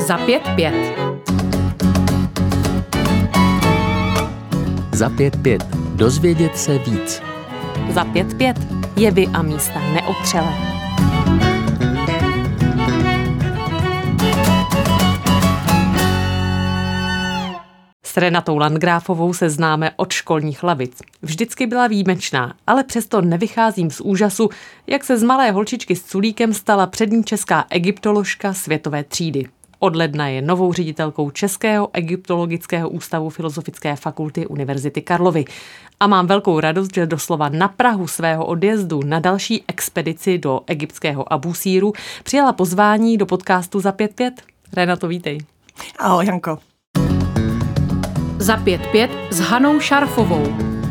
Za 5-5. Za 5-5. Dozvědět se víc. Za 5-5. Jevy a místa neotřelé. S Renatou Landgráfovou se známe od školních lavic. Vždycky byla výjimečná, ale přesto nevycházím z úžasu, jak se z malé holčičky s culíkem stala přední česká egyptoložka světové třídy. Od ledna je novou ředitelkou Českého egyptologického ústavu Filozofické fakulty Univerzity Karlovy. A mám velkou radost, že doslova na prahu svého odjezdu na další expedici do egyptského Abusíru přijala pozvání do podcastu Za 5-5. Renato, vítej. Ahoj, Janko. Za 5-5 s Hanou Šarfovou.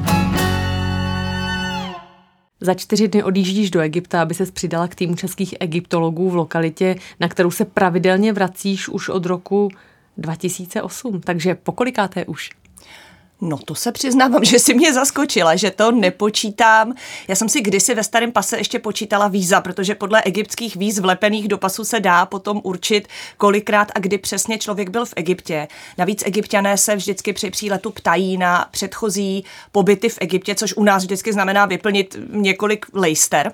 Za 4 dny odjíždíš do Egypta, aby ses přidala k týmu českých egyptologů v lokalitě, na kterou se pravidelně vracíš už od roku 2008. Takže pokolikáté už? No to se přiznávám, že si mě zaskočila, že to nepočítám. Já jsem si kdysi ve starém pase ještě počítala víza, protože podle egyptských víz vlepených do pasu se dá potom určit, kolikrát a kdy přesně člověk byl v Egyptě. Navíc Egypťané se vždycky při příletu ptají na předchozí pobyty v Egyptě, což u nás vždycky znamená vyplnit několik lejster.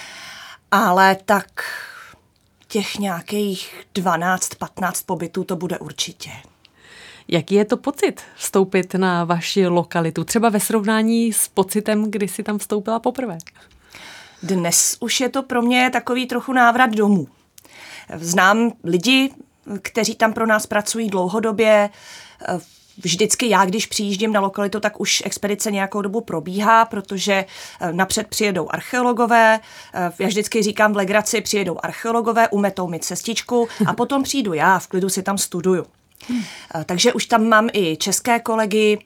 Ale tak těch nějakých 12-15 pobytů to bude určitě. Jaký je to pocit vstoupit na vaši lokalitu? Třeba ve srovnání s pocitem, kdy jsi tam vstoupila poprvé? Dnes už je to pro mě takový trochu návrat domů. Znám lidi, kteří tam pro nás pracují dlouhodobě. Vždycky já, když přijíždím na lokalitu, tak už expedice nějakou dobu probíhá, protože napřed přijedou archeologové. Já vždycky říkám v legraci, přijedou archeologové, umetou mi cestičku a potom přijdu já, v klidu si tam studuju. Takže už tam mám i české kolegy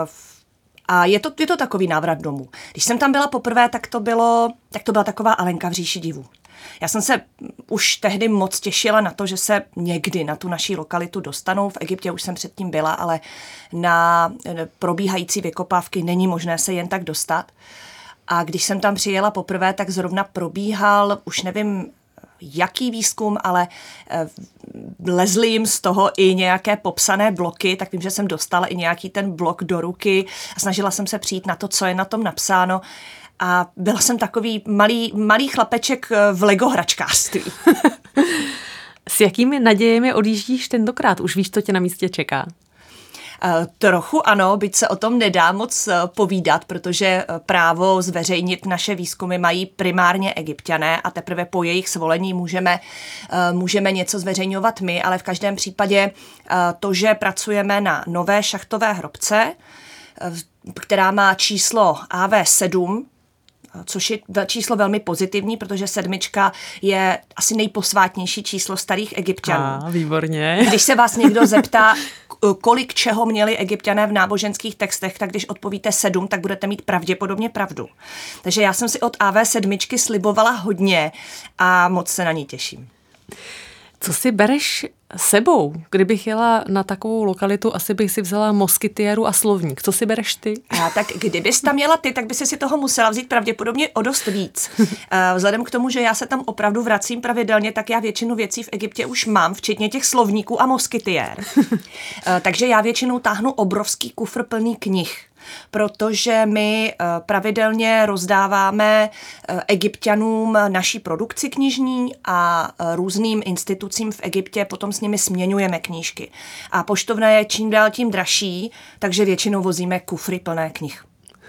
a je to takový návrat domů. Když jsem tam byla poprvé, tak to byla taková Alenka v říši divů. Já jsem se už tehdy moc těšila na to, že se někdy na tu naší lokalitu dostanou. V Egyptě už jsem předtím byla, ale na probíhající vykopávky není možné se jen tak dostat. A když jsem tam přijela poprvé, tak zrovna probíhal, už nevím, jaký výzkum, ale lezly jim z toho i nějaké popsané bloky, tak vím, že jsem dostala i nějaký ten blok do ruky a snažila jsem se přijít na to, co je na tom napsáno. A byla jsem takový malý chlapeček v Lego hračkářství. S jakými nadějemi odjíždíš tentokrát? Už víš, co tě na místě čeká? Trochu ano, byť se o tom nedá moc povídat, protože právo zveřejnit naše výzkumy mají primárně Egypťané a teprve po jejich svolení můžeme něco zveřejňovat my, ale v každém případě to, že pracujeme na nové šachtové hrobce, která má číslo AV7, což je číslo velmi pozitivní, protože 7 je asi nejposvátnější číslo starých Egypťanů. Výborně. Když se vás někdo zeptá, kolik čeho měli Egypťané v náboženských textech, tak když odpovíte 7, tak budete mít pravděpodobně pravdu. Takže já jsem si od AV7 slibovala hodně a moc se na ní těším. Co si bereš sebou? Kdybych jela na takovou lokalitu, asi bych si vzala moskytiéru a slovník. Co si bereš ty? Tak kdybys tam jela ty, tak by si toho musela vzít pravděpodobně o dost víc. Vzhledem k tomu, že já se tam opravdu vracím pravidelně, tak já většinu věcí v Egyptě už mám, včetně těch slovníků a moskytiér. Takže já většinou táhnu obrovský kufr plný knih, protože my pravidelně rozdáváme Egypťanům naší produkci knižní a různým institucím v Egyptě, potom s nimi směňujeme knížky. A poštovna je čím dál tím dražší, takže většinou vozíme kufry plné knih.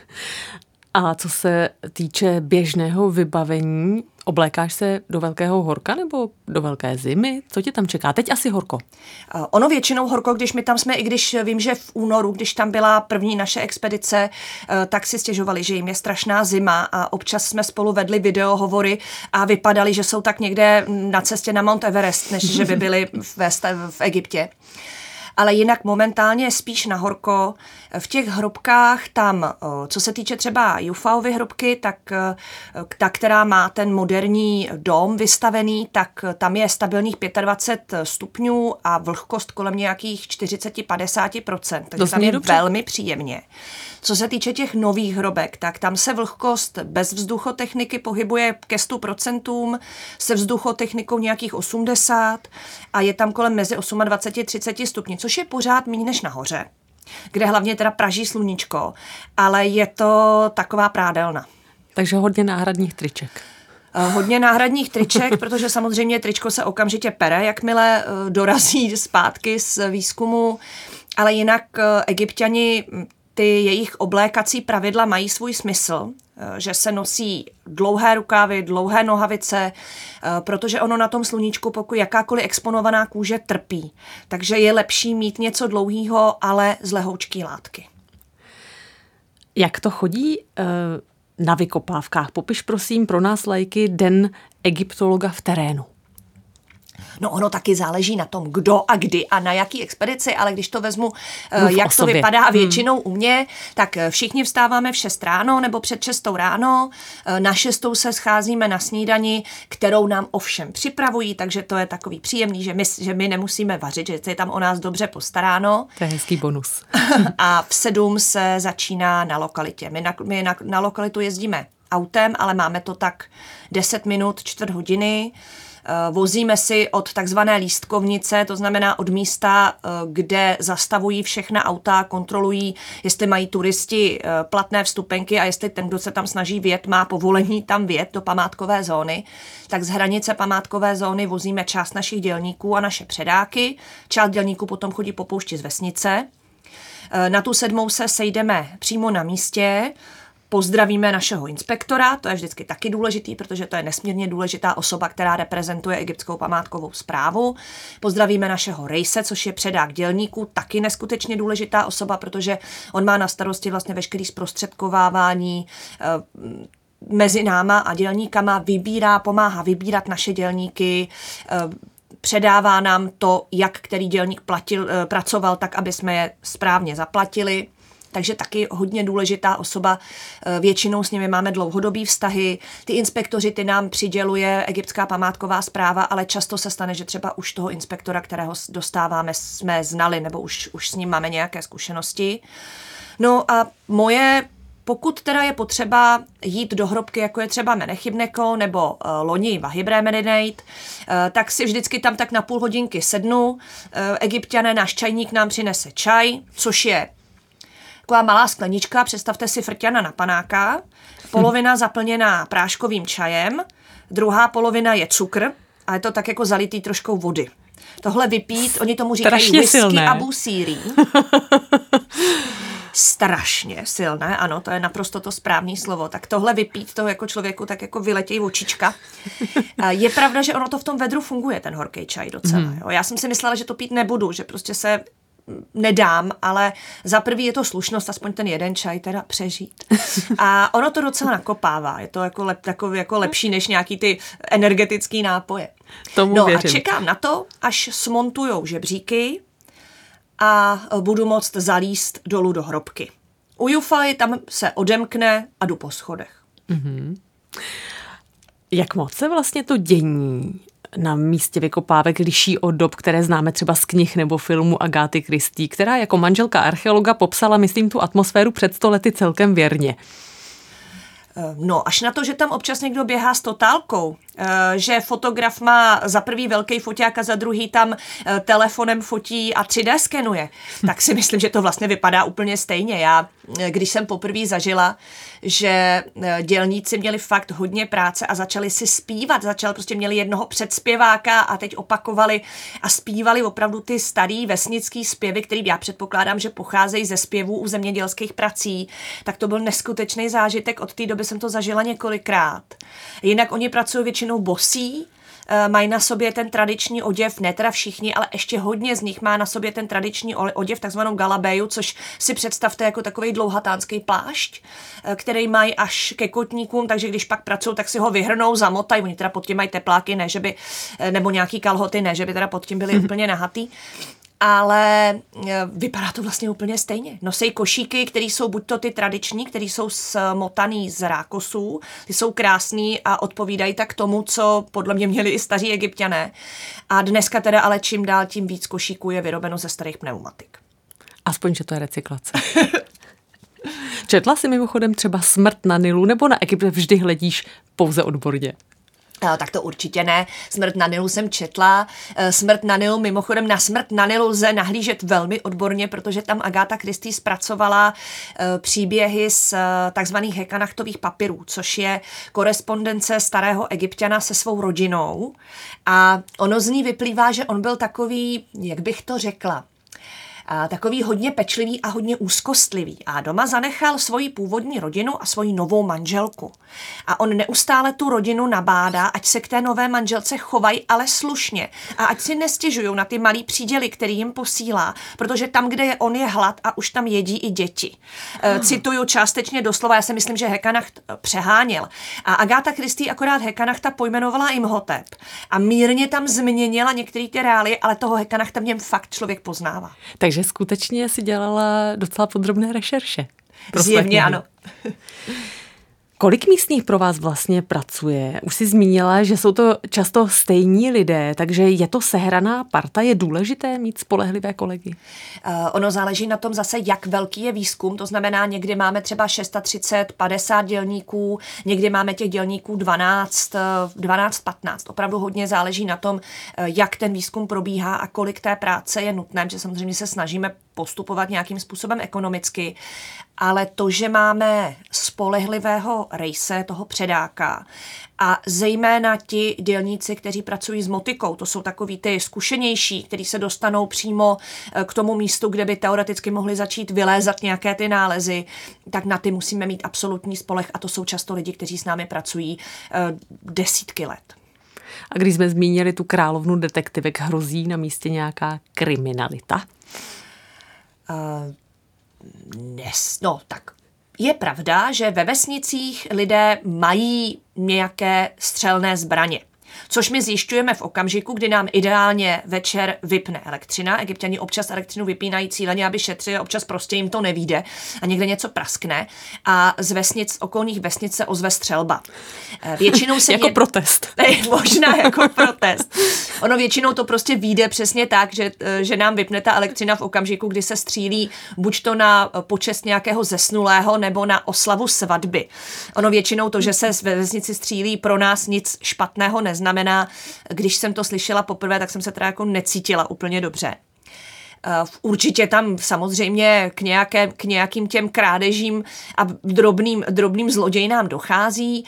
A co se týče běžného vybavení, oblékáš se do velkého horka nebo do velké zimy? Co tě tam čeká? Teď asi horko. Ono většinou horko, když my tam jsme, i když vím, že v únoru, když tam byla první naše expedice, tak si stěžovali, že jim je strašná zima a občas jsme spolu vedli videohovory a vypadali, že jsou tak někde na cestě na Mount Everest, než že by byli v Egyptě. ale jinak momentálně je spíš na horko. V těch hrobkách tam, co se týče třeba Juffaovy hrobky, tak ta, která má ten moderní dom vystavený, tak tam je stabilních 25 stupňů a vlhkost kolem nějakých 40-50%, takže tam je velmi příjemně. Co se týče těch nových hrobek, tak tam se vlhkost bez vzduchotechniky pohybuje ke 100%, se vzduchotechnikou nějakých 80 a je tam kolem mezi 28-30 stupni, což je pořád méně než nahoře, kde hlavně teda praží sluníčko, ale je to taková prádelna. Takže hodně náhradních triček. Hodně náhradních triček, protože samozřejmě tričko se okamžitě pere, jakmile dorazí zpátky z výzkumu, ale jinak Egypťani ty jejich oblékací pravidla mají svůj smysl, že se nosí dlouhé rukávy, dlouhé nohavice, protože ono na tom sluníčku, pokud jakákoliv exponovaná kůže trpí. Takže je lepší mít něco dlouhého, ale z lehoučký látky. Jak to chodí na vykopávkách? Popiš prosím pro nás laiky den egyptologa v terénu. No ono taky záleží na tom, kdo a kdy a na jaký expedici, ale když to vezmu, jak to vypadá většinou u mě, tak všichni vstáváme v 6 ráno nebo před 6 ráno, na 6 se scházíme na snídani, kterou nám ovšem připravují, takže to je takový příjemný, že my nemusíme vařit, že je tam o nás dobře postaráno. To je hezký bonus. A v 7 se začíná na lokalitě. My na lokalitu jezdíme autem, ale máme to tak 10 minut, 4 hodiny. Vozíme si od takzvané lístkovnice, to znamená od místa, kde zastavují všechna auta, kontrolují, jestli mají turisti platné vstupenky a jestli ten, kdo se tam snaží vjet, má povolení tam vjet do památkové zóny. Tak z hranice památkové zóny vozíme část našich dělníků a naše předáky. Část dělníků potom chodí po poušti z vesnice. Na tu 7 se sejdeme přímo na místě. Pozdravíme našeho inspektora, to je vždycky taky důležitý, protože to je nesmírně důležitá osoba, která reprezentuje egyptskou památkovou správu. Pozdravíme našeho rejse, což je předák dělníků, taky neskutečně důležitá osoba, protože on má na starosti vlastně veškerý zprostředkovávání mezi náma a dělníkama, pomáhá vybírat naše dělníky, předává nám to, jak který dělník pracoval, tak aby jsme je správně zaplatili. Takže taky hodně důležitá osoba, většinou s nimi máme dlouhodobý vztahy. Ty inspektoři, ty nám přiděluje egyptská památková správa, ale často se stane, že třeba už toho inspektora, kterého dostáváme, jsme znali, nebo už s ním máme nějaké zkušenosti. No a pokud teda je potřeba jít do hrobky, jako je třeba Menechimneko nebo loni Vahibré Medinejd, tak si vždycky tam tak na půl hodinky sednu. Egypťané, náš čajník nám přinese čaj, což je taková malá sklenička, představte si frťana na panáka, polovina zaplněná práškovým čajem, druhá polovina je cukr a je to tak jako zalitý troškou vody. Tohle vypít, oni tomu říkají whisky Abu Siri. Strašně silné, ano, to je naprosto to správné slovo. Tak tohle vypít, toho jako člověku tak jako vyletějí očička. Je pravda, že ono to v tom vedru funguje, ten horký čaj docela. Jo. Já jsem si myslela, že to pít nebudu, že prostě se nedám, ale za prvý je to slušnost, aspoň ten jeden čaj teda přežít. A ono to docela nakopává. Je to jako lepší než nějaký ty energetický nápoje. Věřím. A čekám na to, až smontujou žebříky a budu moct zalíst dolů do hrobky. U Juffy tam se odemkne a jdu po schodech. Mm-hmm. Jak moc se vlastně to dění na místě vykopávek liší od dob, které známe třeba z knih nebo filmu Agáty Christie, která jako manželka archeologa popsala, myslím, tu atmosféru před 100 lety celkem věrně. No, až na to, že tam občas někdo běhá s totálkou, že fotograf má za prvý velký foťák a za druhý tam telefonem fotí a 3D skenuje, tak si myslím, že to vlastně vypadá úplně stejně. Já, když jsem poprvé zažila, že dělníci měli fakt hodně práce a začali si zpívat, měli jednoho předspěváka a teď opakovali a zpívali opravdu ty starý vesnický zpěvy, který já předpokládám, že pocházejí ze zpěvů u zemědělských prací, tak to byl neskutečný zážitek, od té doby jsem to zažila několikrát. Jinak oni pracují většinou bosí, mají na sobě ten tradiční oděv, ne teda všichni, ale ještě hodně z nich má na sobě ten tradiční oděv, takzvanou galabeju, což si představte jako takovej dlouhatánský plášť, který mají až ke kotníkům, takže když pak pracují, tak si ho vyhrnou, zamotají, oni teda pod tím mají tepláky, ne, že by, nebo nějaký kalhoty, ne, že by teda pod tím byli úplně nahatý. ale vypadá to vlastně úplně stejně. Nosej košíky, které jsou buď to ty tradiční, které jsou smotaný z rákosů, ty jsou krásný a odpovídají tak tomu, co podle mě měli i staří Egypťané. A dneska teda ale čím dál tím víc košíků je vyrobeno ze starých pneumatik. Aspoň, že to je recyklace. Četla jsi mimochodem třeba Smrt na Nilu, nebo na Egypt vždy hledíš pouze odborně? Tak to určitě ne. Smrt na Nilu jsem četla. Smrt na Nilu, mimochodem na Smrt na Nilu lze nahlížet velmi odborně, protože tam Agatha Christie zpracovala příběhy z takzvaných hekanachtových papirů, což je korespondence starého Egypťana se svou rodinou. A ono z ní vyplývá, že on byl takový, jak bych to řekla, takový hodně pečlivý a hodně úzkostlivý. A doma zanechal svoji původní rodinu a svoji novou manželku. A on neustále tu rodinu nabádá, ať se k té nové manželce chovají, ale slušně. A ať si nestěžují na ty malý příděly, který jim posílá, protože tam, kde je on, je hlad a už tam jedí i děti. Cituju částečně doslova, já si myslím, že Hekanacht přeháněl. A Agatha Christie akorát Hekanachta pojmenovala Imhotep. A mírně tam změnila některé ty reálie, ale toho Hekanachta v něm fakt člověk poznává. Takže skutečně si dělala docela podrobné rešerše. Zjevně ano. Kolik místních pro vás vlastně pracuje? Už jsi zmínila, že jsou to často stejní lidé, takže je to sehraná parta, je důležité mít spolehlivé kolegy? Ono záleží na tom zase, jak velký je výzkum, to znamená, někdy máme třeba 630, 50 dělníků, někdy máme těch dělníků 12, 15. Opravdu hodně záleží na tom, jak ten výzkum probíhá a kolik té práce je nutné, že samozřejmě se snažíme postupovat nějakým způsobem ekonomicky, ale to, že máme spolehlivého rejse, toho předáka a zejména ti dělníci, kteří pracují s motikou, to jsou takový ty zkušenější, kteří se dostanou přímo k tomu místu, kde by teoreticky mohli začít vylézat nějaké ty nálezy, tak na ty musíme mít absolutní spoleh a to jsou často lidi, kteří s námi pracují desítky let. A když jsme zmínili tu královnu detektivek, hrozí na místě nějaká kriminalita? No, tak je pravda, že ve vesnicích lidé mají nějaké střelné zbraně. Což my zjišťujeme v okamžiku, kdy nám ideálně večer vypne elektřina. Egypťani občas elektřinu vypínají cíleně, aby šetřili, občas prostě jim to nevyjde a někde něco praskne a z okolních vesnic se ozve střelba. Většinou se jako protest. Možná jako protest. Ono většinou to prostě vyjde přesně tak, že nám vypne ta elektřina v okamžiku, kdy se střílí buď to na počest nějakého zesnulého nebo na oslavu svatby. Ono většinou to, že se ve vesnici střílí, pro nás nic špatného neznamená. Když jsem to slyšela poprvé, tak jsem se teda jako necítila úplně dobře. Určitě tam samozřejmě k nějakým těm krádežím a drobným zlodějnám dochází.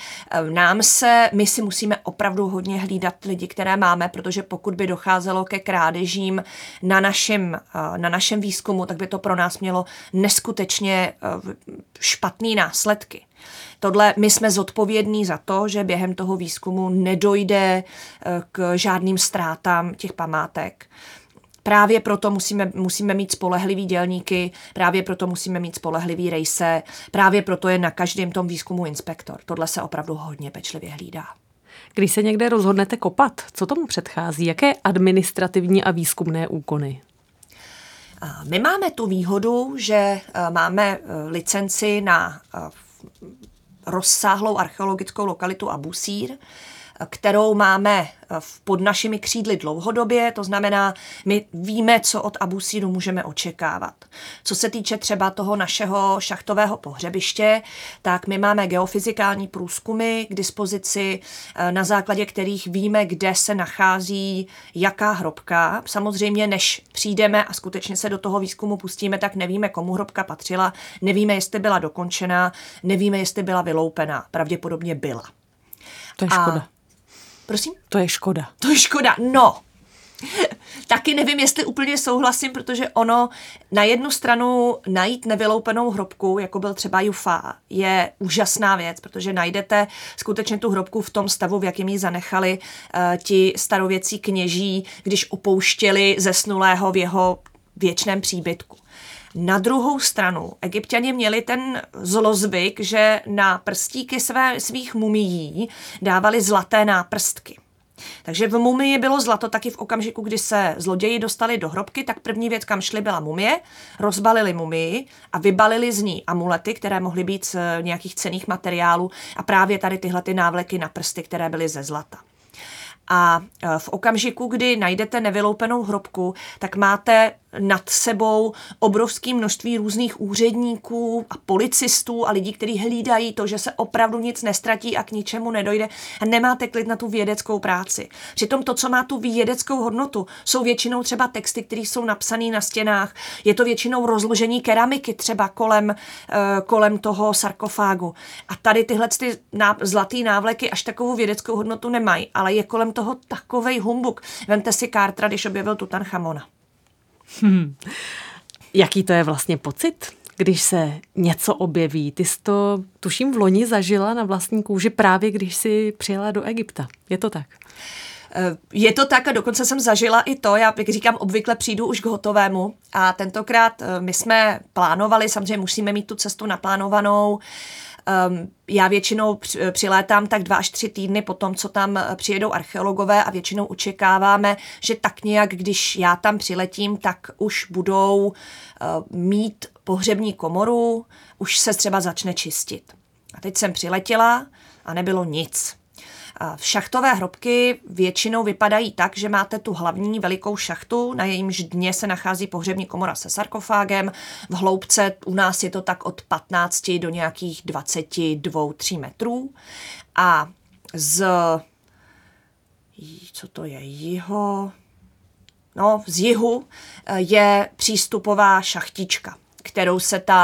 My si musíme opravdu hodně hlídat lidi, které máme, protože pokud by docházelo ke krádežím na našem výzkumu, tak by to pro nás mělo neskutečně špatné následky. My jsme zodpovědní za to, že během toho výzkumu nedojde k žádným ztrátám těch památek. Právě proto musíme mít spolehlivý dělníky, právě proto musíme mít spolehlivý rejse, právě proto je na každém tom výzkumu inspektor. Tohle se opravdu hodně pečlivě hlídá. Když se někde rozhodnete kopat, co tomu předchází? Jaké administrativní a výzkumné úkony? My máme tu výhodu, že máme licenci na rozsáhlou archeologickou lokalitu Abú Sír, kterou máme pod našimi křídly dlouhodobě, to znamená, my víme, co od Abú Síru můžeme očekávat. Co se týče třeba toho našeho šachtového pohřebiště, tak my máme geofyzikální průzkumy k dispozici, na základě kterých víme, kde se nachází jaká hrobka. Samozřejmě, než přijdeme a skutečně se do toho výzkumu pustíme, tak nevíme, komu hrobka patřila, nevíme, jestli byla dokončená, nevíme, jestli byla vyloupená. Pravděpodobně byla. To je škoda. Prosím? To je škoda. To je škoda, no. Taky nevím, jestli úplně souhlasím, protože ono na jednu stranu najít nevyloupenou hrobku, jako byl třeba Jufá, je úžasná věc, protože najdete skutečně tu hrobku v tom stavu, v jakém ji zanechali ti starověcí kněží, když opouštěli zesnulého v jeho věčném příbytku. Na druhou stranu, Egypťani měli ten zlozvyk, že na prstíky svých mumií dávali zlaté náprstky. Takže v mumii bylo zlato taky v okamžiku, kdy se zloději dostali do hrobky, tak první věc, kam šli, byla mumie, rozbalili mumii a vybalili z ní amulety, které mohly být z nějakých cenných materiálů a právě tady tyhle ty návleky na prsty, které byly ze zlata. A v okamžiku, kdy najdete nevyloupenou hrobku, tak máte nad sebou obrovské množství různých úředníků a policistů a lidí, kteří hlídají to, že se opravdu nic nestratí a k ničemu nedojde a nemáte klid na tu vědeckou práci. Přitom to, co má tu vědeckou hodnotu, jsou většinou třeba texty, které jsou napsané na stěnách. Je to většinou rozložení keramiky třeba kolem toho sarkofágu. A tady tyhle zlatý návleky až takovou vědeckou hodnotu nemají, ale je kolem toho takovej humbuk. Vemte si Cartera, když objevil Tutanchamona. Jaký to je vlastně pocit, když se něco objeví? Ty jsi to, tuším, v loni zažila na vlastní kůži právě, když jsi přijela do Egypta. Je to tak? Je to tak a dokonce jsem zažila i to, já jak říkám, obvykle přijdu už k hotovému a tentokrát my jsme plánovali, samozřejmě musíme mít tu cestu naplánovanou. Já většinou přilétám tak 2 až 3 týdny po tom, co tam přijedou archeologové a většinou očekáváme, že tak nějak, když já tam přiletím, tak už budou mít pohřební komoru, už se třeba začne čistit. A teď jsem přiletěla a nebylo nic. Šachtové hrobky většinou vypadají tak, že máte tu hlavní velikou šachtu, na jejímž dně se nachází pohřební komora se sarkofágem. V hloubce u nás je to tak od 15 do nějakých 22-3 metrů. A z jihu je přístupová šachtička, kterou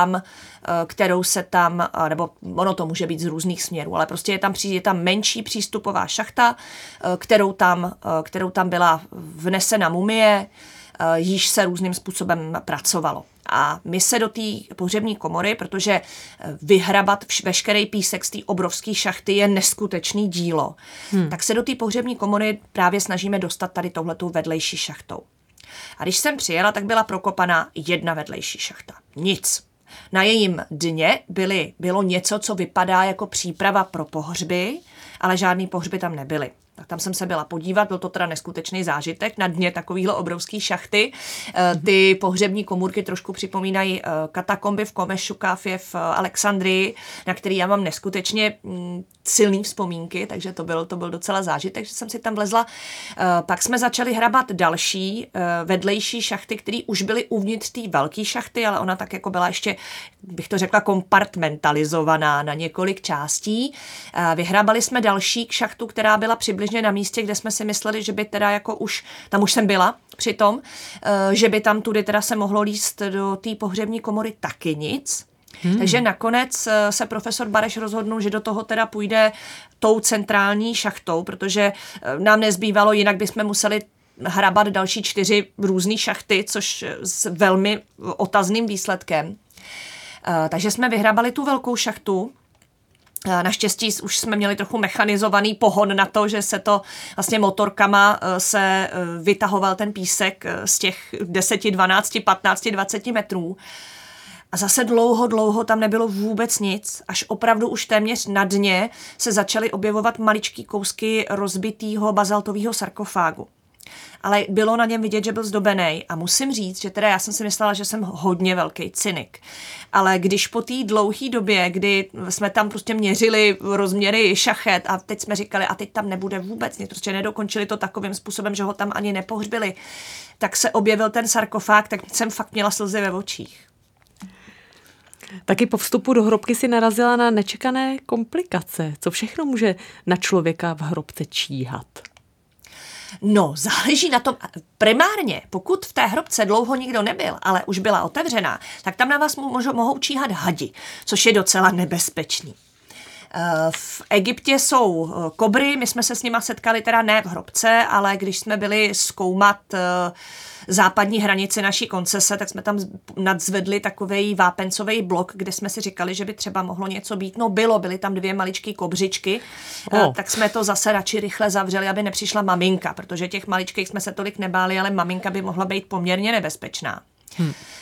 se tam, nebo ono to může být z různých směrů, ale prostě je tam menší přístupová šachta, kterou tam byla vnesena mumie, již se různým způsobem pracovalo. A my se do té pohřební komory, protože vyhrabat veškerý písek z té obrovské šachty je neskutečný dílo, tak se do té pohřební komory právě snažíme dostat tady touhletou vedlejší šachtou. A když jsem přijela, tak byla prokopaná jedna vedlejší šachta. Nic. Na jejím dně bylo něco, co vypadá jako příprava pro pohřby, ale žádný pohřby tam nebyly. Tak tam jsem se byla podívat, byl to teda neskutečný zážitek na dně takovýhle obrovský šachty. Ty pohřební komůrky trošku připomínají katakomby v Komešu Káfě v Alexandrii, na který já mám neskutečně silný vzpomínky, takže to byl docela zážitek, že jsem si tam vlezla. Pak jsme začali hrabat další vedlejší šachty, které už byly uvnitř té velké šachty, ale ona tak jako byla ještě, bych to řekla, kompartmentalizovaná na několik částí. Vyhrabali jsme další šachtu, která byla přibližně na místě, kde jsme si mysleli, že by teda jako tam už jsem byla přitom, že by tam tudy teda se mohlo líst do té pohřební komory taky nic. Takže nakonec se profesor Bareš rozhodnul, že do toho teda půjde tou centrální šachtou, protože nám nezbývalo, jinak bychom museli hrabat další 4 různé šachty, což s velmi otazným výsledkem. Takže jsme vyhrabali tu velkou šachtu. Naštěstí už jsme měli trochu mechanizovaný pohon na to, že se to vlastně motorkama se vytahoval ten písek z těch 10, 12, 15, 20 metrů. A zase dlouho tam nebylo vůbec nic, až opravdu už téměř na dně se začaly objevovat maličký kousky rozbitého bazaltového sarkofágu. Ale bylo na něm vidět, že byl zdobený. A musím říct, že teda já jsem si myslela, že jsem hodně velký cynik. Ale když po té dlouhé době, kdy jsme tam prostě měřili rozměry šachet a teď jsme říkali, a teď tam nebude vůbec nic, prostě nedokončili to takovým způsobem, že ho tam ani nepohřbili, tak se objevil ten sarkofág, tak jsem fakt měla slzy ve očích. Taky po vstupu do hrobky si narazila na nečekané komplikace. Co všechno může na člověka v hrobce číhat? No, záleží na tom, primárně, pokud v té hrobce dlouho nikdo nebyl, ale už byla otevřená, tak tam na vás mohou číhat hadi, což je docela nebezpečný. V Egyptě jsou kobry, my jsme se s nima setkali teda ne v hrobce, ale když jsme byli zkoumat západní hranici naší koncese, tak jsme tam nadzvedli takovej vápencový blok, kde jsme si říkali, že by třeba mohlo něco být. No byly tam 2 maličký kobřičky, tak jsme to zase radši rychle zavřeli, aby nepřišla maminka, protože těch maličkých jsme se tolik nebáli, ale maminka by mohla být poměrně nebezpečná.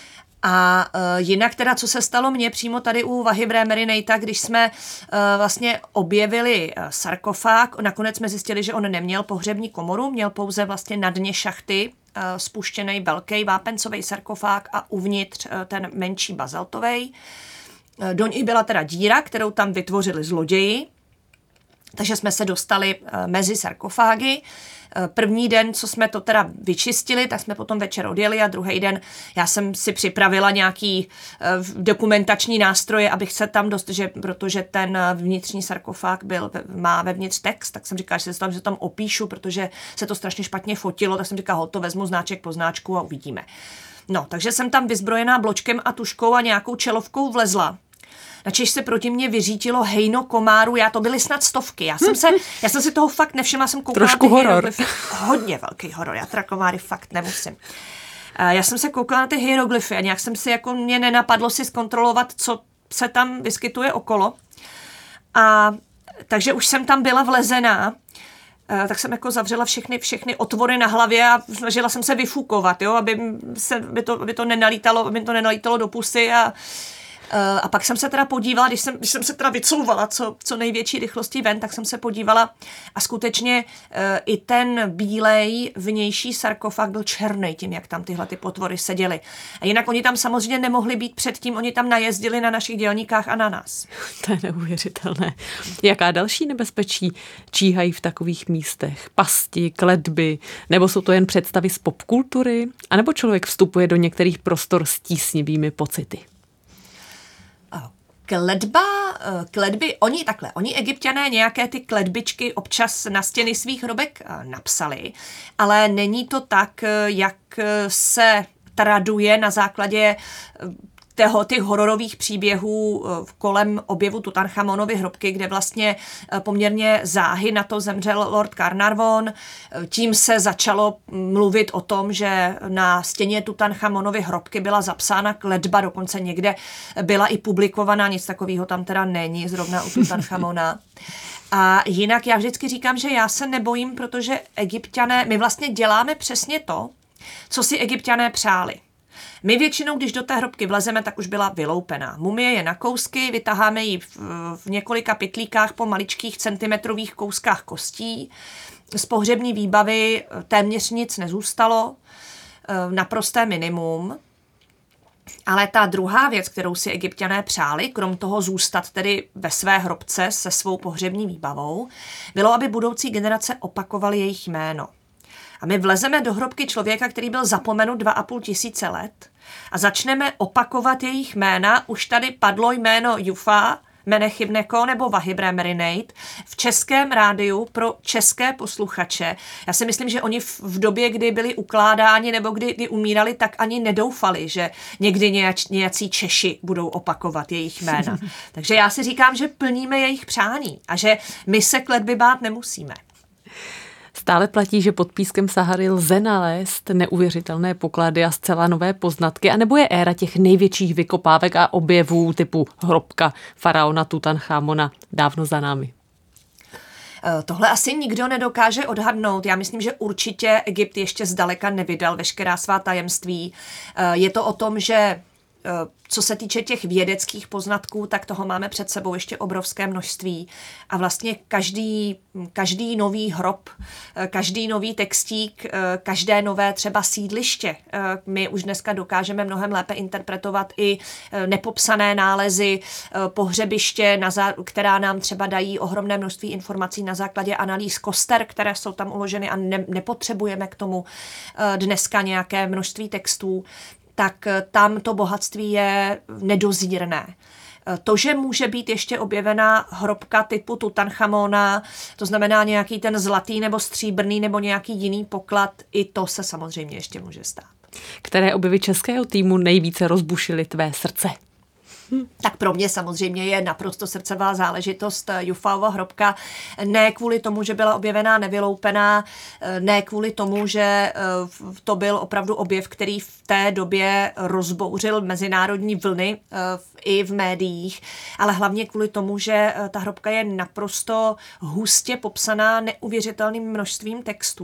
A jinak teda, co se stalo mně přímo tady u Vahy Bremerinejta, když jsme vlastně objevili sarkofág, nakonec jsme zjistili, že on neměl pohřební komoru, měl pouze vlastně na dně šachty spuštěný velký vápencový sarkofág a uvnitř ten menší bazaltovej. Do ní byla teda díra, kterou tam vytvořili zloději, takže jsme se dostali mezi sarkofágy. První den, co jsme to teda vyčistili, tak jsme potom večer odjeli a druhý den já jsem si připravila nějaký dokumentační nástroje, abych se tam protože ten vnitřní sarkofág má vevnitř text, tak jsem říkala, že se tam opíšu, protože se to strašně špatně fotilo, tak jsem říkala, to vezmu znáček po znáčku a uvidíme. No, takže jsem tam vyzbrojená bločkem a tuškou a nějakou čelovkou vlezla. Načež se proti mně vyřítilo hejno komárů, to byly snad stovky. Já jsem si toho fakt nevšimla, jsem koukala. Trošku horor. Hodně velký horor, já teda komáry fakt nemusím. Já jsem se koukala na ty hieroglyfy a nějak jsem si mě nenapadlo si zkontrolovat, co se tam vyskytuje okolo. A takže už jsem tam byla vlezená, tak jsem zavřela všechny otvory na hlavě a snažila jsem se vyfukovat, aby to nenalítalo do pusy a pak jsem se teda podívala, když jsem se teda vycouvala co největší rychlostí ven, tak jsem se podívala a skutečně i ten bílej vnější sarkofag byl černý tím, jak tam tyhle ty potvory seděly. A jinak oni tam samozřejmě nemohli být předtím, oni tam najezdili na našich dělníkách a na nás. To je neuvěřitelné. Jaká další nebezpečí číhají v takových místech? Pasti, kletby, nebo jsou to jen představy z popkultury? A nebo člověk vstupuje do některých prostor s tísnivými pocity? Kletby, oni Egypťané nějaké ty kletbičky občas na stěny svých hrobek napsali, ale není to tak, jak se traduje na základě těch hororových příběhů kolem objevu Tutanchamonovy hrobky, kde vlastně poměrně záhy na to zemřel Lord Carnarvon. Tím se začalo mluvit o tom, že na stěně Tutanchamonovy hrobky byla zapsána kletba, dokonce někde byla i publikovaná, nic takového tam teda není, zrovna u Tutanchamona. A jinak já vždycky říkám, že já se nebojím, protože Egypťané, my vlastně děláme přesně to, co si Egypťané přáli. My většinou, když do té hrobky vlezeme, tak už byla vyloupená. Mumie je na kousky, vytaháme ji v několika pytlíkách po maličkých centimetrových kouskách kostí. Z pohřební výbavy téměř nic nezůstalo, naprosté minimum. Ale ta druhá věc, kterou si Egypťané přáli, krom toho zůstat tedy ve své hrobce se svou pohřební výbavou, bylo, aby budoucí generace opakovaly jejich jméno. A my vlezeme do hrobky člověka, který byl zapomenut 2500 let a začneme opakovat jejich jména. Už tady padlo jméno Jufa, Menechimneko nebo Vahy Bremerinejt v českém rádiu pro české posluchače. Já si myslím, že oni v době, kdy byli ukládáni nebo kdy umírali, tak ani nedoufali, že někdy nějací Češi budou opakovat jejich jména. Takže já si říkám, že plníme jejich přání a že my se kletby bát nemusíme. Stále platí, že pod pískem Sahary lze nalézt neuvěřitelné poklady a zcela nové poznatky, anebo je éra těch největších vykopávek a objevů typu hrobka faraona Tutanchamona dávno za námi? Tohle asi nikdo nedokáže odhadnout. Já myslím, že určitě Egypt ještě zdaleka nevydal veškerá svá tajemství. Je to o tom, že co se týče těch vědeckých poznatků, tak toho máme před sebou ještě obrovské množství. A vlastně každý nový hrob, každý nový textík, každé nové třeba sídliště, my už dneska dokážeme mnohem lépe interpretovat i nepopsané nálezy, pohřebiště, která nám třeba dají ohromné množství informací na základě analýz koster, které jsou tam uloženy a nepotřebujeme k tomu dneska nějaké množství textů. Tak tam to bohatství je nedozírné. To, že může být ještě objevená hrobka typu Tutanchamona, to znamená nějaký ten zlatý nebo stříbrný nebo nějaký jiný poklad, i to se samozřejmě ještě může stát. Které objevy českého týmu nejvíce rozbušily tvé srdce? Tak pro mě samozřejmě je naprosto srdcová záležitost Jufaova hrobka. Ne kvůli tomu, že byla objevená nevyloupená, ne kvůli tomu, že to byl opravdu objev, který v té době rozbouřil mezinárodní vlny i v médiích, ale hlavně kvůli tomu, že ta hrobka je naprosto hustě popsaná neuvěřitelným množstvím textů.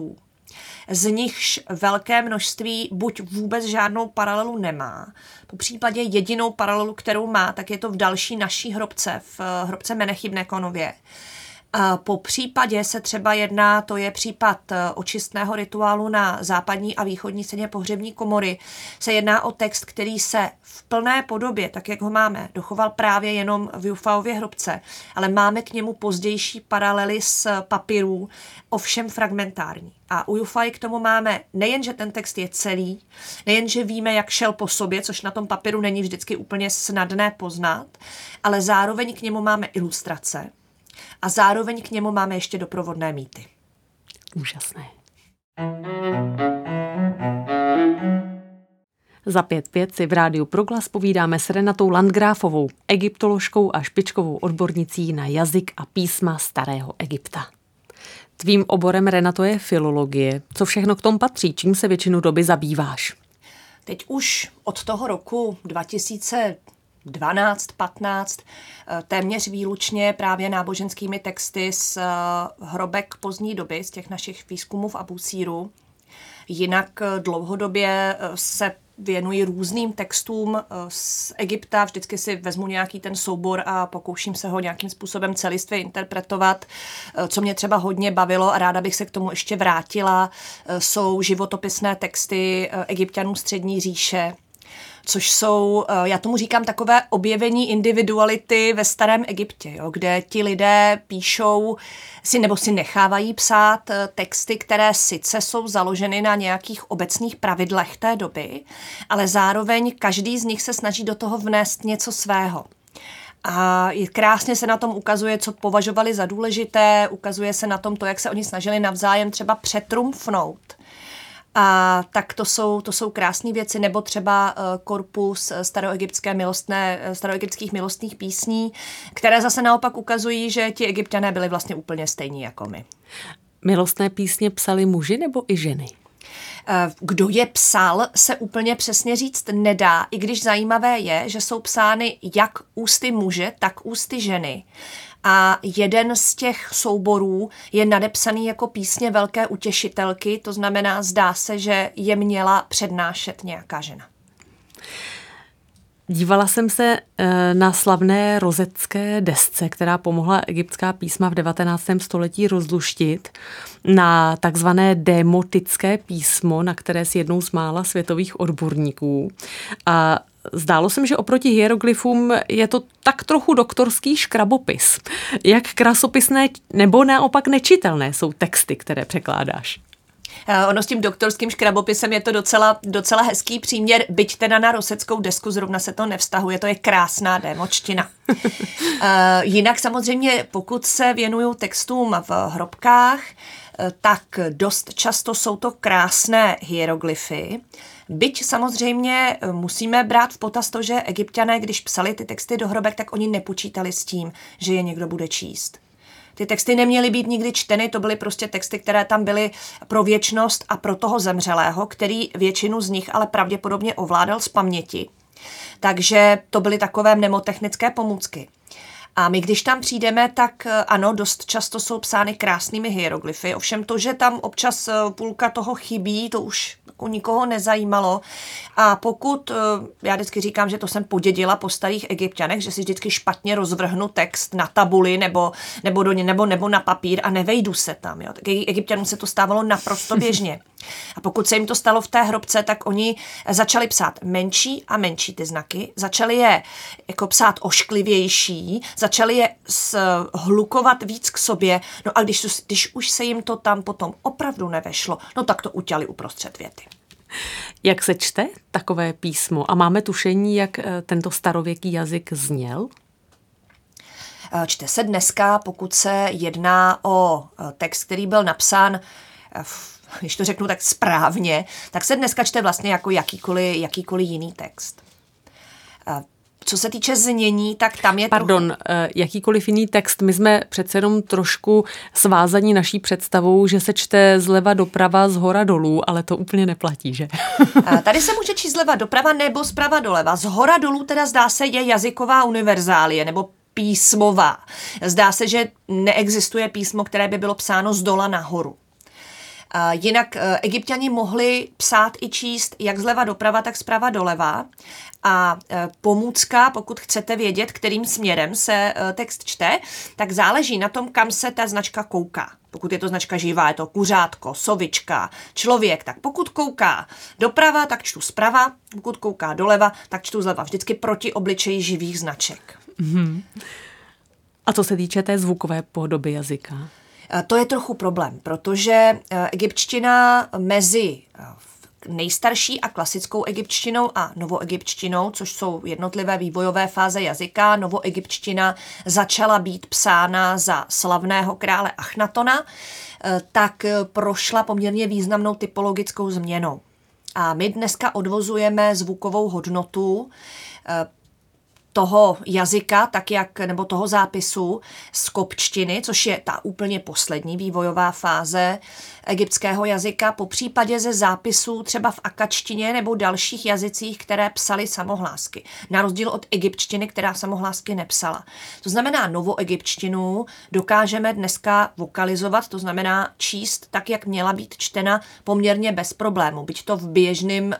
z nichž velké množství buď vůbec žádnou paralelu nemá, po případě jedinou paralelu, kterou má, tak je to v další naší hrobce, v hrobce Menechy v Nekonově. A po případě se třeba jedná, to je případ očistného rituálu na západní a východní stěně pohřební komory, se jedná o text, který se v plné podobě, tak jak ho máme, dochoval právě jenom v Jufaově hrobce, ale máme k němu pozdější paralely z papirů, ovšem fragmentární. A u Jufaji k tomu máme nejen, že ten text je celý, nejen, že víme, jak šel po sobě, což na tom papíru není vždycky úplně snadné poznat, ale zároveň k němu máme ilustrace, a zároveň k němu máme ještě doprovodné mýty. Úžasné. Za 5.5 si v rádiu Proglas povídáme s Renatou Landgrafovou, egyptoložkou a špičkovou odbornicí na jazyk a písma starého Egypta. Tvým oborem, Renato, je filologie. Co všechno k tomu patří? Čím se většinu doby zabýváš? Teď už od toho roku 2012-15 téměř výlučně právě náboženskými texty z hrobek pozdní doby, z těch našich výzkumů v Abusíru. Jinak dlouhodobě se věnuji různým textům z Egypta, vždycky si vezmu nějaký ten soubor a pokouším se ho nějakým způsobem celistvě interpretovat. Co mě třeba hodně bavilo a ráda bych se k tomu ještě vrátila, jsou životopisné texty Egypťanů střední říše, což jsou, já tomu říkám, takové objevení individuality ve starém Egyptě, jo, kde ti lidé píšou nebo si nechávají psát texty, které sice jsou založeny na nějakých obecných pravidlech té doby, ale zároveň každý z nich se snaží do toho vnést něco svého. A krásně se na tom ukazuje, co považovali za důležité, ukazuje se na tom to, jak se oni snažili navzájem třeba přetrumfnout. A tak to jsou krásné věci, nebo třeba korpus staroegyptských milostných písní, které zase naopak ukazují, že ti Egypťané byli vlastně úplně stejní jako my. Milostné písně psali muži nebo i ženy? Kdo je psal, se úplně přesně říct nedá, i když zajímavé je, že jsou psány jak ústy muže, tak ústy ženy. A jeden z těch souborů je nadepsaný jako písně Velké utěšitelky, to znamená, zdá se, že je měla přednášet nějaká žena. Dívala jsem se na slavné rozecké desce, která pomohla egyptská písma v 19. století rozluštit, na takzvané démotické písmo, na které si jednou z mála světových odborníků. A zdálo se mi, že oproti hieroglyfům je to tak trochu doktorský škrabopis. Jak krasopisné nebo naopak nečitelné jsou texty, které překládáš? Ono s tím doktorským škrabopisem je to docela hezký příměr, byť teda na roseckou desku zrovna se to nevztahuje, to je krásná démočtina. Jinak samozřejmě, pokud se věnuju textům v hrobkách, tak dost často jsou to krásné hieroglyfy. Byť samozřejmě musíme brát v potaz to, že Egypťané, když psali ty texty do hrobek, tak oni nepočítali s tím, že je někdo bude číst. Ty texty neměly být nikdy čteny, to byly prostě texty, které tam byly pro věčnost a pro toho zemřelého, který většinu z nich ale pravděpodobně ovládal z paměti. Takže to byly takové mnemotechnické pomůcky. A my, když tam přijdeme, tak ano, dost často jsou psány krásnými hieroglyfy. Ovšem to, že tam občas půlka toho chybí, to už jako nikoho nezajímalo. A pokud, já vždycky říkám, že to jsem podědila po starých Egypťanech, že si vždycky špatně rozvrhnu text na tabuli nebo na papír a nevejdu se tam. Jo. Tak Egypťanům se to stávalo naprosto běžně. A pokud se jim to stalo v té hrobce, tak oni začali psát menší a menší ty znaky, začali je jako psát ošklivější, začali je hlukovat víc k sobě, no a když už se jim to tam potom opravdu nevešlo, no tak to utěli uprostřed věty. Jak se čte takové písmo? A máme tušení, jak tento starověký jazyk zněl? Čte se dneska, pokud se jedná o text, který byl napsán když to řeknu tak správně, tak se dneska čte vlastně jako jakýkoliv jiný text. Co se týče znění, tak tam je jakýkoliv jiný text. My jsme přece jenom trošku svázaní naší představou, že se čte zleva doprava, zhora dolů, ale to úplně neplatí, že? Tady se může číst zleva doprava nebo zprava doleva. Zhora dolů teda zdá se je jazyková univerzálie nebo písmová. Zdá se, že neexistuje písmo, které by bylo psáno z dola nahoru. Jinak Egypťani mohli psát i číst jak zleva doprava, tak zprava doleva. A pomůcka, pokud chcete vědět, kterým směrem se text čte, tak záleží na tom, kam se ta značka kouká. Pokud je to značka živá, je to kuřátko, sovička, člověk, tak pokud kouká doprava, tak čtu zprava, pokud kouká doleva, tak čtu zleva. Vždycky proti obličeji živých značek. Mm-hmm. A co se týče té zvukové podoby jazyka? To je trochu problém, protože egyptština mezi nejstarší a klasickou egyptštinou a novoegyptštinou, což jsou jednotlivé vývojové fáze jazyka. Novoegyptština začala být psána za slavného krále Achnatona, tak prošla poměrně významnou typologickou změnou. A my dneska odvozujeme zvukovou hodnotu toho jazyka, tak jak, nebo toho zápisu z kopčtiny, což je ta úplně poslední vývojová fáze egyptského jazyka, po případě ze zápisů třeba v akačtině nebo dalších jazycích, které psaly samohlásky. Na rozdíl od egyptštiny, která samohlásky nepsala. To znamená, novoegyptštinu dokážeme dneska vokalizovat, to znamená číst tak, jak měla být čtena poměrně bez problému. Byť to v běžném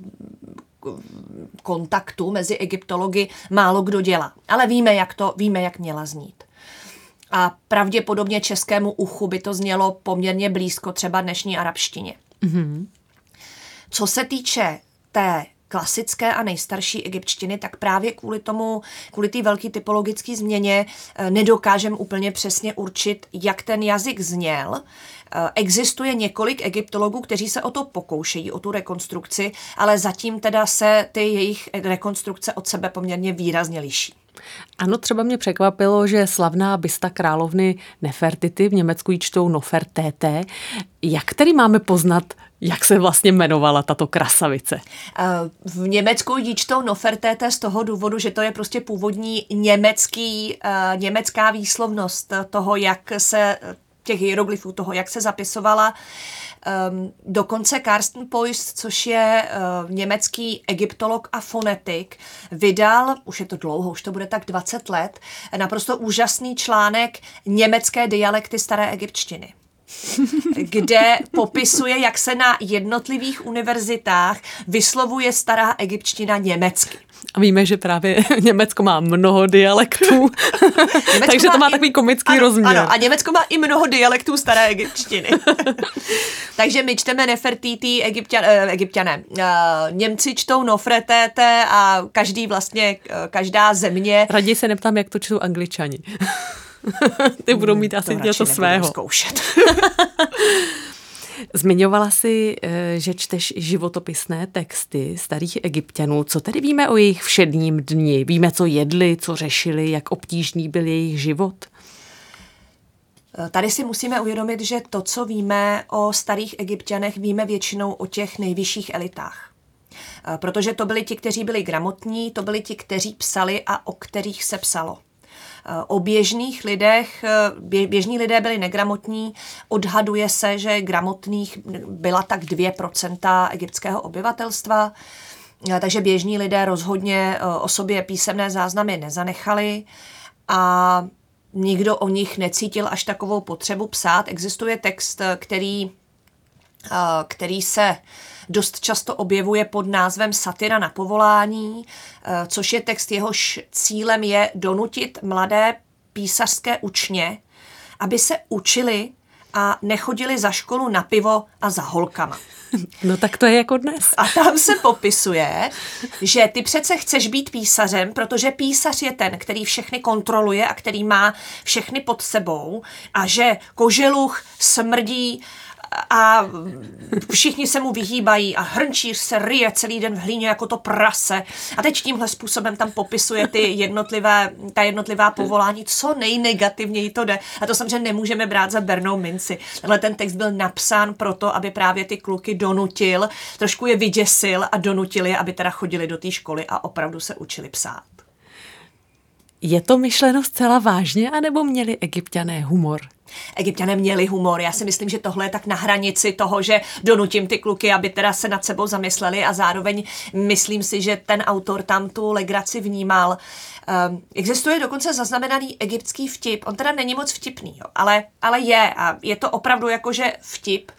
kontaktu mezi egyptology málo kdo dělá. Ale víme, jak měla znít. A pravděpodobně českému uchu by to znělo poměrně blízko třeba dnešní arabštině. Mm-hmm. Co se týče té klasické a nejstarší egyptštiny, tak právě kvůli té velké typologické změně nedokážeme úplně přesně určit, jak ten jazyk zněl. Existuje několik egyptologů, kteří se o to pokoušejí, o tu rekonstrukci, ale zatím teda se ty jejich rekonstrukce od sebe poměrně výrazně liší. Ano, třeba mě překvapilo, že slavná bysta královny Nefertity, v Německu ji čtou Nofertété. Jak tedy máme poznat, jak se vlastně jmenovala tato krasavice? V Německu ji čtou Nofertété z toho důvodu, že to je prostě původní německá výslovnost toho, jak se těch hieroglyfů, toho, jak se zapisovala. Dokonce Carsten Poiss, což je německý egyptolog a fonetik, vydal, už je to dlouho, už to bude tak 20 let, naprosto úžasný článek Německé dialekty staré egyptštiny, kde popisuje, jak se na jednotlivých univerzitách vyslovuje stará egyptština německy. A víme, že právě Německo má mnoho dialektů, takže to má takový komický rozměr. Ano, a Německo má i mnoho dialektů staré egyptštiny. Takže my čteme Nefertiti, Egypťané. Němci čtou Nofretete a každá země. Raději se neptám, jak to čtou Angličani. Ty budou mít asi něco svého. Zkoušet. Zmiňovala jsi, že čteš životopisné texty starých Egypťanů. Co tedy víme o jejich všedním dni? Víme, co jedli, co řešili, jak obtížný byl jejich život? Tady si musíme uvědomit, že to, co víme o starých Egypťanech, víme většinou o těch nejvyšších elitách. Protože to byli ti, kteří byli gramotní, to byli ti, kteří psali a o kterých se psalo. O běžných lidech, běžní lidé byli negramotní, odhaduje se, že gramotných byla tak 2% egyptského obyvatelstva, takže běžní lidé rozhodně o sobě písemné záznamy nezanechali a nikdo o nich necítil až takovou potřebu psát. Existuje text, který se dost často objevuje pod názvem Satyra na povolání, což je text, jehož cílem je donutit mladé písařské učně, aby se učili a nechodili za školu na pivo a za holkama. No tak to je jako dnes. A tam se popisuje, že ty přece chceš být písařem, protože písař je ten, který všechny kontroluje a který má všechny pod sebou a že koželuch smrdí a všichni se mu vyhýbají a hrnčíř se ryje celý den v hlíně jako to prase. A teď tímhle způsobem tam popisuje ta jednotlivá povolání, co nejnegativněji to jde. A to samozřejmě nemůžeme brát za bernou minci. Ale ten text byl napsán proto, aby právě ty kluky donutil, trošku je vyděsil a donutil je, aby teda chodili do té školy a opravdu se učili psát. Je to myšleno zcela vážně, anebo měli Egypťané humor? Egypťané měli humor. Já si myslím, že tohle je tak na hranici toho, že donutím ty kluky, aby teda se nad sebou zamysleli a zároveň myslím si, že ten autor tam tu legraci vnímal. Existuje dokonce zaznamenaný egyptský vtip. On teda není moc vtipný, jo, ale je a je to opravdu jakože vtip.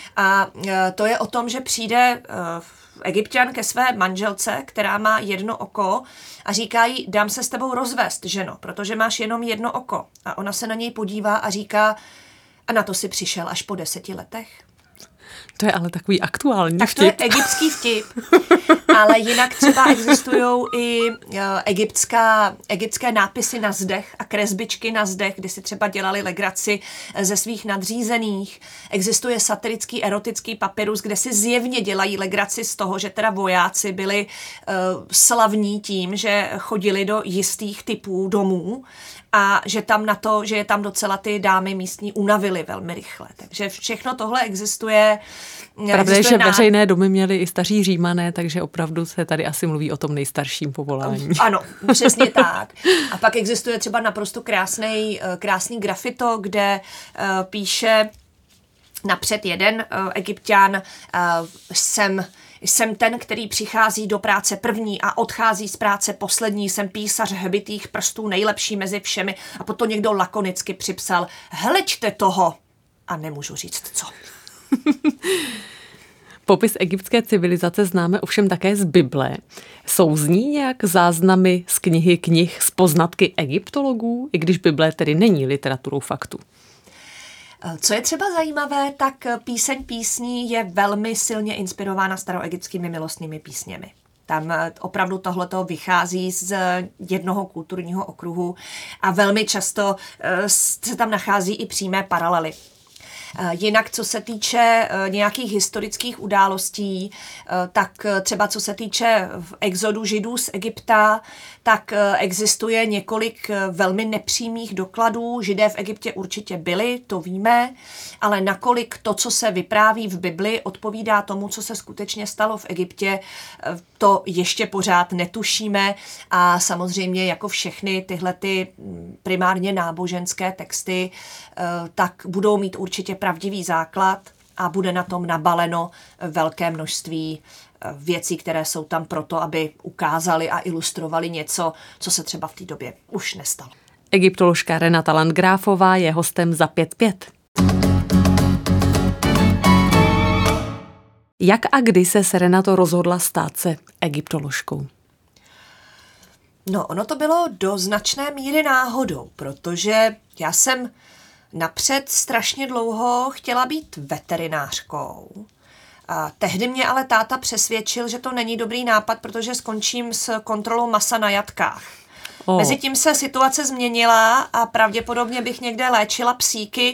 A to je o tom, že přijde Egypťan ke své manželce, která má jedno oko a říká jí, dám se s tebou rozvést, ženo, protože máš jenom jedno oko. A ona se na něj podívá a říká, a na to si přišel až po 10 letech. To je ale takový aktuální tak vtip. To je egyptský vtip. Ale jinak třeba existují i egyptské nápisy na zdech a kresbičky na zdech, kdy si třeba dělali legraci ze svých nadřízených. Existuje satirický erotický papyrus, kde si zjevně dělají legraci z toho, že teda vojáci byli slavní tím, že chodili do jistých typů domů a že tam na to, že je tam docela ty dámy místní unavily velmi rychle. Takže všechno tohle existuje. Pravda je, že veřejné domy měly i staří Římané, takže opravdu se tady asi mluví o tom nejstarším povolání. Ano, přesně tak. A pak existuje třeba naprosto krásný grafito, kde píše napřed jeden Egypťan, jsem ten, který přichází do práce první a odchází z práce poslední, jsem písař hbitých prstů, nejlepší mezi všemi. A potom někdo lakonicky připsal, hleďte toho. A nemůžu říct co. Popis egyptské civilizace známe ovšem také z Bible. Jsou z ní nějak záznamy z knih, z poznatky egyptologů, i když Bible tedy není literaturou faktu? Co je třeba zajímavé, tak píseň písní je velmi silně inspirována staroegyptskými milostnými písněmi. Tam opravdu tohleto vychází z jednoho kulturního okruhu a velmi často se tam nachází i přímé paralely. Jinak, co se týče nějakých historických událostí, tak třeba co se týče exodu Židů z Egypta, tak existuje několik velmi nepřímých dokladů. Židé v Egyptě určitě byli, to víme, ale nakolik to, co se vypráví v Bibli, odpovídá tomu, co se skutečně stalo v Egyptě, to ještě pořád netušíme a samozřejmě jako všechny tyhle ty primárně náboženské texty, tak budou mít určitě pravdivý základ a bude na tom nabaleno velké množství věcí, které jsou tam proto, aby ukázali a ilustrovali něco, co se třeba v té době už nestalo. Egyptoložka Renata Landgrafová je hostem za 5-5. Jak a kdy se Renato rozhodla stát se egyptoložkou? No, ono to bylo do značné míry náhodou, protože já jsem napřed strašně dlouho chtěla být veterinářkou. A tehdy mě ale táta přesvědčil, že to není dobrý nápad, protože skončím s kontrolou masa na jatkách. Mezitím se situace změnila a pravděpodobně bych někde léčila psíky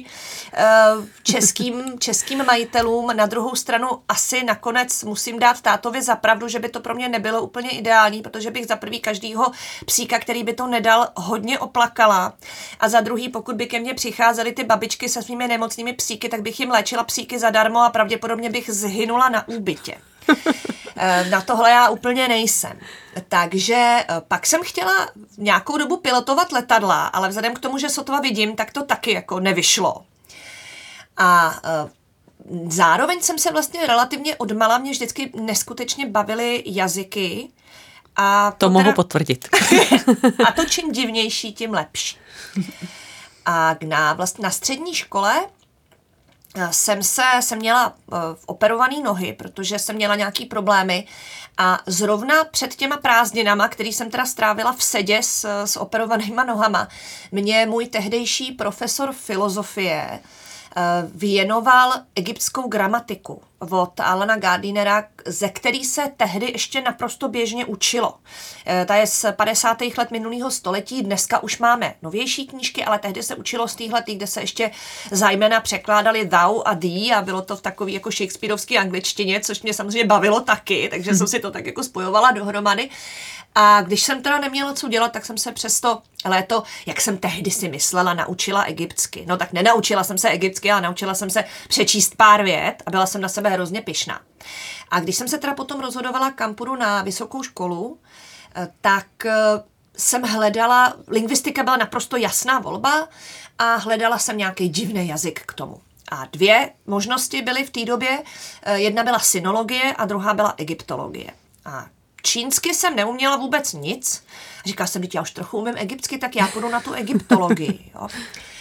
českým majitelům. Na druhou stranu asi nakonec musím dát tátovi za pravdu, že by to pro mě nebylo úplně ideální, protože bych za prvý každýho psíka, který by to nedal, hodně oplakala. A za druhý, pokud by ke mně přicházely ty babičky se svými nemocnými psíky, tak bych jim léčila psíky zadarmo a pravděpodobně bych zhynula na úbytě. Na tohle já úplně nejsem. Takže pak jsem chtěla nějakou dobu pilotovat letadla, ale vzhledem k tomu, že sotva vidím, tak to taky jako nevyšlo. A zároveň jsem se vlastně relativně odmala, mě vždycky neskutečně bavily jazyky. A to mohu potvrdit. A to čím divnější, tím lepší. A na střední škole jsem měla operované nohy, protože jsem měla nějaký problémy a zrovna před těma prázdninama, který jsem teda strávila v sedě s operovanýma nohama, mě můj tehdejší profesor filozofie věnoval egyptskou gramatiku od Alana Gardinera, ze který se tehdy ještě naprosto běžně učilo. Ta je z 50. let minulého století, dneska už máme novější knížky, ale tehdy se učilo z téhletý, kde se ještě zejména překládali thou a thee a bylo to v takový jako shakespearovský angličtině, což mě samozřejmě bavilo taky, takže jsem si to tak jako spojovala dohromady. A když jsem teda neměla co dělat, tak jsem se přes to léto, jak jsem tehdy si myslela, naučila egyptsky. No tak nenaučila jsem se egyptsky, ale naučila jsem se přečíst pár vět a byla jsem na sebe hrozně pyšná. A když jsem se teda potom rozhodovala, kam půjdu na vysokou školu, tak jsem hledala, lingvistika byla naprosto jasná volba a hledala jsem nějaký divný jazyk k tomu. A dvě možnosti byly v té době, jedna byla sinologie a druhá byla egyptologie. A čínsky jsem neuměla vůbec nic. Říkala jsem, že já už trochu umím egyptsky, tak já půjdu na tu egyptologii. Jo.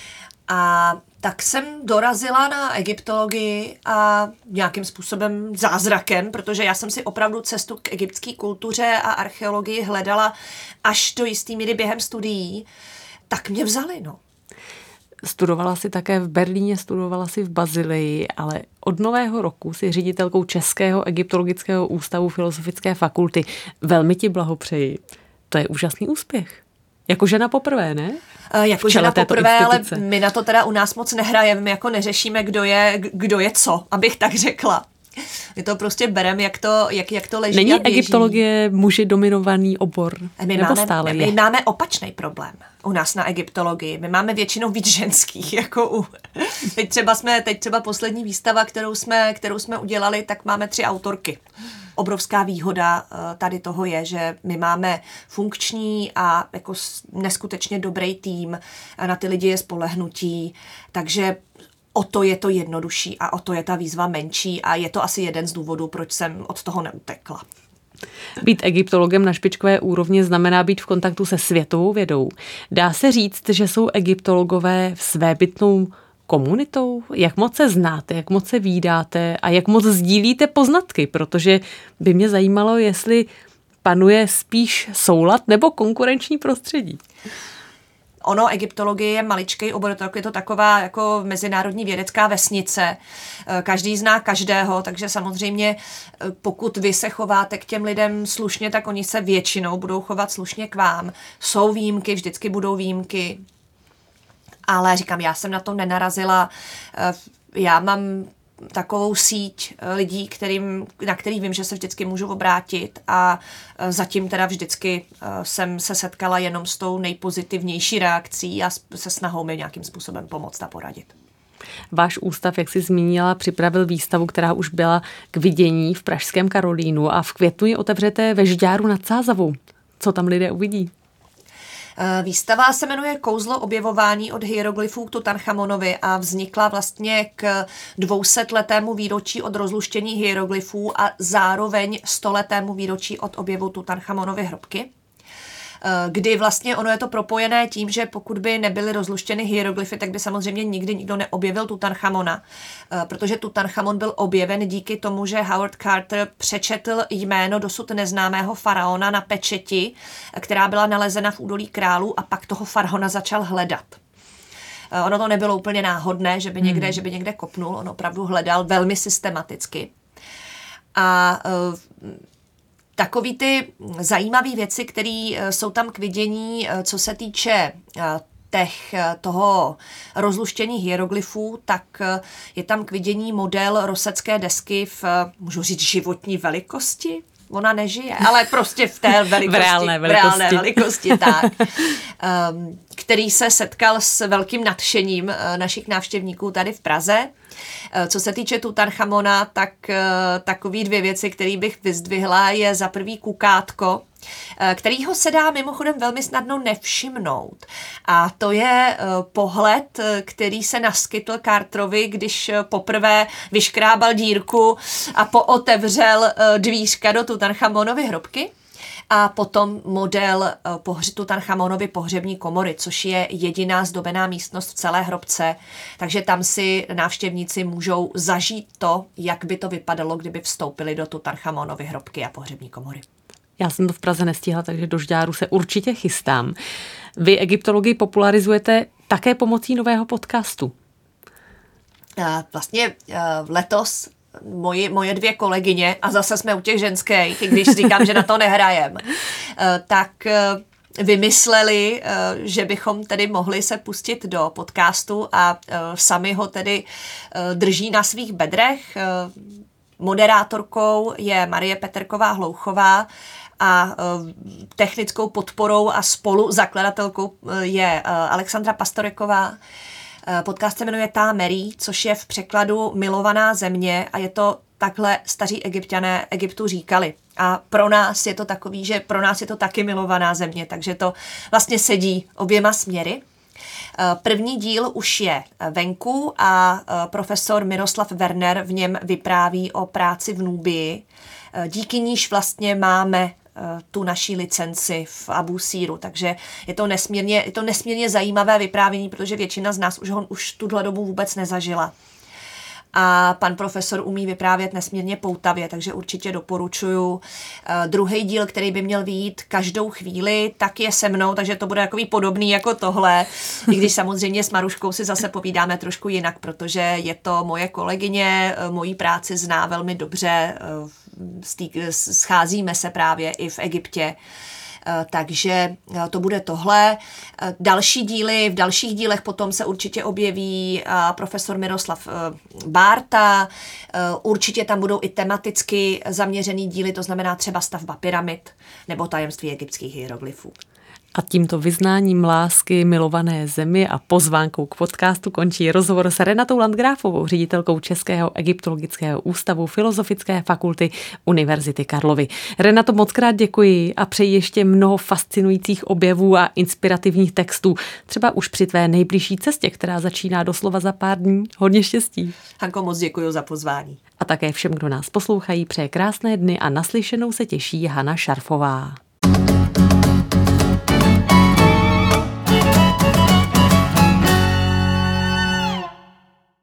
A tak jsem dorazila na egyptologii a nějakým způsobem zázrakem, protože já jsem si opravdu cestu k egyptské kultuře a archeologii hledala až do jistý míry během studií, tak mě vzali, no. Studovala si také v Berlíně, studovala si v Bazilii, ale od nového roku si ředitelkou Českého egyptologického ústavu Filozofické fakulty. Velmi ti blahopřeji. To je úžasný úspěch. Jako žena poprvé, ne? Jako žena poprvé, ale my na to teda u nás moc nehrajeme, my jako neřešíme, kdo je co, abych tak řekla. My to prostě bereme, jak to leží. Není a běží. egyptologie muži dominovaný obor? My máme opačný problém u nás na egyptologii. My máme většinou víc ženských. Jako teď třeba poslední výstava, kterou jsme udělali, tak máme 3 autorky. Obrovská výhoda tady toho je, že my máme funkční a jako neskutečně dobrý tým, na ty lidi je spolehnutí, takže o to je to jednodušší a o to je ta výzva menší a je to asi jeden z důvodů, proč jsem od toho neutekla. Být egyptologem na špičkové úrovni znamená být v kontaktu se světovou vědou. Dá se říct, že jsou egyptologové svébytnou komunitou? Jak moc se znáte, jak moc se vídáte a jak moc sdílíte poznatky? Protože by mě zajímalo, jestli panuje spíš soulad nebo konkurenční prostředí. Ono, egyptologie je maličkej obor, je to taková jako mezinárodní vědecká vesnice. Každý zná každého, takže samozřejmě pokud vy se chováte k těm lidem slušně, tak oni se většinou budou chovat slušně k vám. Jsou výjimky, vždycky budou výjimky. Ale říkám, já jsem na to nenarazila. Já mám takovou síť lidí, na který vím, že se vždycky můžu obrátit a zatím teda vždycky jsem se setkala jenom s tou nejpozitivnější reakcí a se snahou mi nějakým způsobem pomoct a poradit. Váš ústav, jak jsi zmínila, připravil výstavu, která už byla k vidění v pražském Karolínu a v květnu ji otevřete ve Žďáru nad Sázavou. Co tam lidé uvidí? Výstava se jmenuje Kouzlo objevování od hieroglyfů k Tutanchamonovi a vznikla vlastně k 200letému výročí od rozluštění hieroglyfů a zároveň 100letému výročí od objevu Tutanchamonovy hrobky. Kdy vlastně ono je to propojené tím, že pokud by nebyly rozluštěny hieroglyfy, tak by samozřejmě nikdy nikdo neobjevil Tutanchamona, protože Tutanchamon byl objeven díky tomu, že Howard Carter přečetl jméno dosud neznámého faraona na pečeti, která byla nalezena v údolí králů a pak toho faraona začal hledat. Ono to nebylo úplně náhodné, že by někde kopnul, on opravdu hledal velmi systematicky. A takový ty zajímavé věci, které jsou tam k vidění, co se týče toho rozluštění hieroglyfů, tak je tam k vidění model rosecké desky v, můžu říct, životní velikosti. Ona nežije, ale prostě v té velikosti. v reálné velikosti, tak. Který se setkal s velkým nadšením našich návštěvníků tady v Praze. Co se týče Tutanchamona, tak takový 2 věci, které bych vyzdvihla, je za prvý kukátko, kterýho se dá mimochodem velmi snadno nevšimnout. A to je pohled, který se naskytl Carterovi, když poprvé vyškrábal dírku a pootevřel dvířka do Tutanchamonovy hrobky. A potom model Tutanchamonovy pohřební komory, což je jediná zdobená místnost v celé hrobce. Takže tam si návštěvníci můžou zažít to, jak by to vypadalo, kdyby vstoupili do Tutanchamonovy hrobky a pohřební komory. Já jsem to v Praze nestihla, takže do Žďáru se určitě chystám. Vy egyptologii popularizujete také pomocí nového podcastu. Vlastně letos moje 2 kolegyně, a zase jsme u těch ženských, i když říkám, že na to nehrajem, tak vymysleli, že bychom tedy mohli se pustit do podcastu a sami ho tedy drží na svých bedrech. Moderátorkou je Marie Peterková-Hlouchová a technickou podporou a spoluzakladatelkou je Alexandra Pastoreková. Podcast se jmenuje Tá Meri, což je v překladu milovaná země a je to takhle staří Egypťané Egyptu říkali. A pro nás je to takový, že pro nás je to taky milovaná země, takže to vlastně sedí oběma směry. První díl už je venku a profesor Miroslav Werner v něm vypráví o práci v Núbii, díky níž vlastně máme tu naší licenci v Abu Síru, takže je to nesmírně zajímavé vyprávění, protože většina z nás už tuhle dobu vůbec nezažila. A pan profesor umí vyprávět nesmírně poutavě, takže určitě doporučuju. Druhý díl, který by měl vyjít každou chvíli, tak je se mnou, takže to bude takový podobný jako tohle, i když samozřejmě s Maruškou si zase povídáme trošku jinak, protože je to moje kolegyně, mojí práci zná velmi dobře, scházíme se právě i v Egyptě. Takže to bude tohle. V dalších dílech potom se určitě objeví profesor Miroslav Bárta, určitě tam budou i tematicky zaměřený díly, to znamená třeba stavba pyramid nebo tajemství egyptských hieroglyfů. A tímto vyznáním lásky milované zemi a pozvánkou k podcastu končí rozhovor s Renatou Landgrafovou, ředitelkou Českého egyptologického ústavu Filozofické fakulty Univerzity Karlovy. Renato, mockrát děkuji a přeji ještě mnoho fascinujících objevů a inspirativních textů, třeba už při tvé nejbližší cestě, která začíná doslova za pár dní. Hodně štěstí. Hanko, moc děkuji za pozvání. A také všem, kdo nás poslouchají, přeje krásné dny a naslyšenou se těší Hana Šarfová.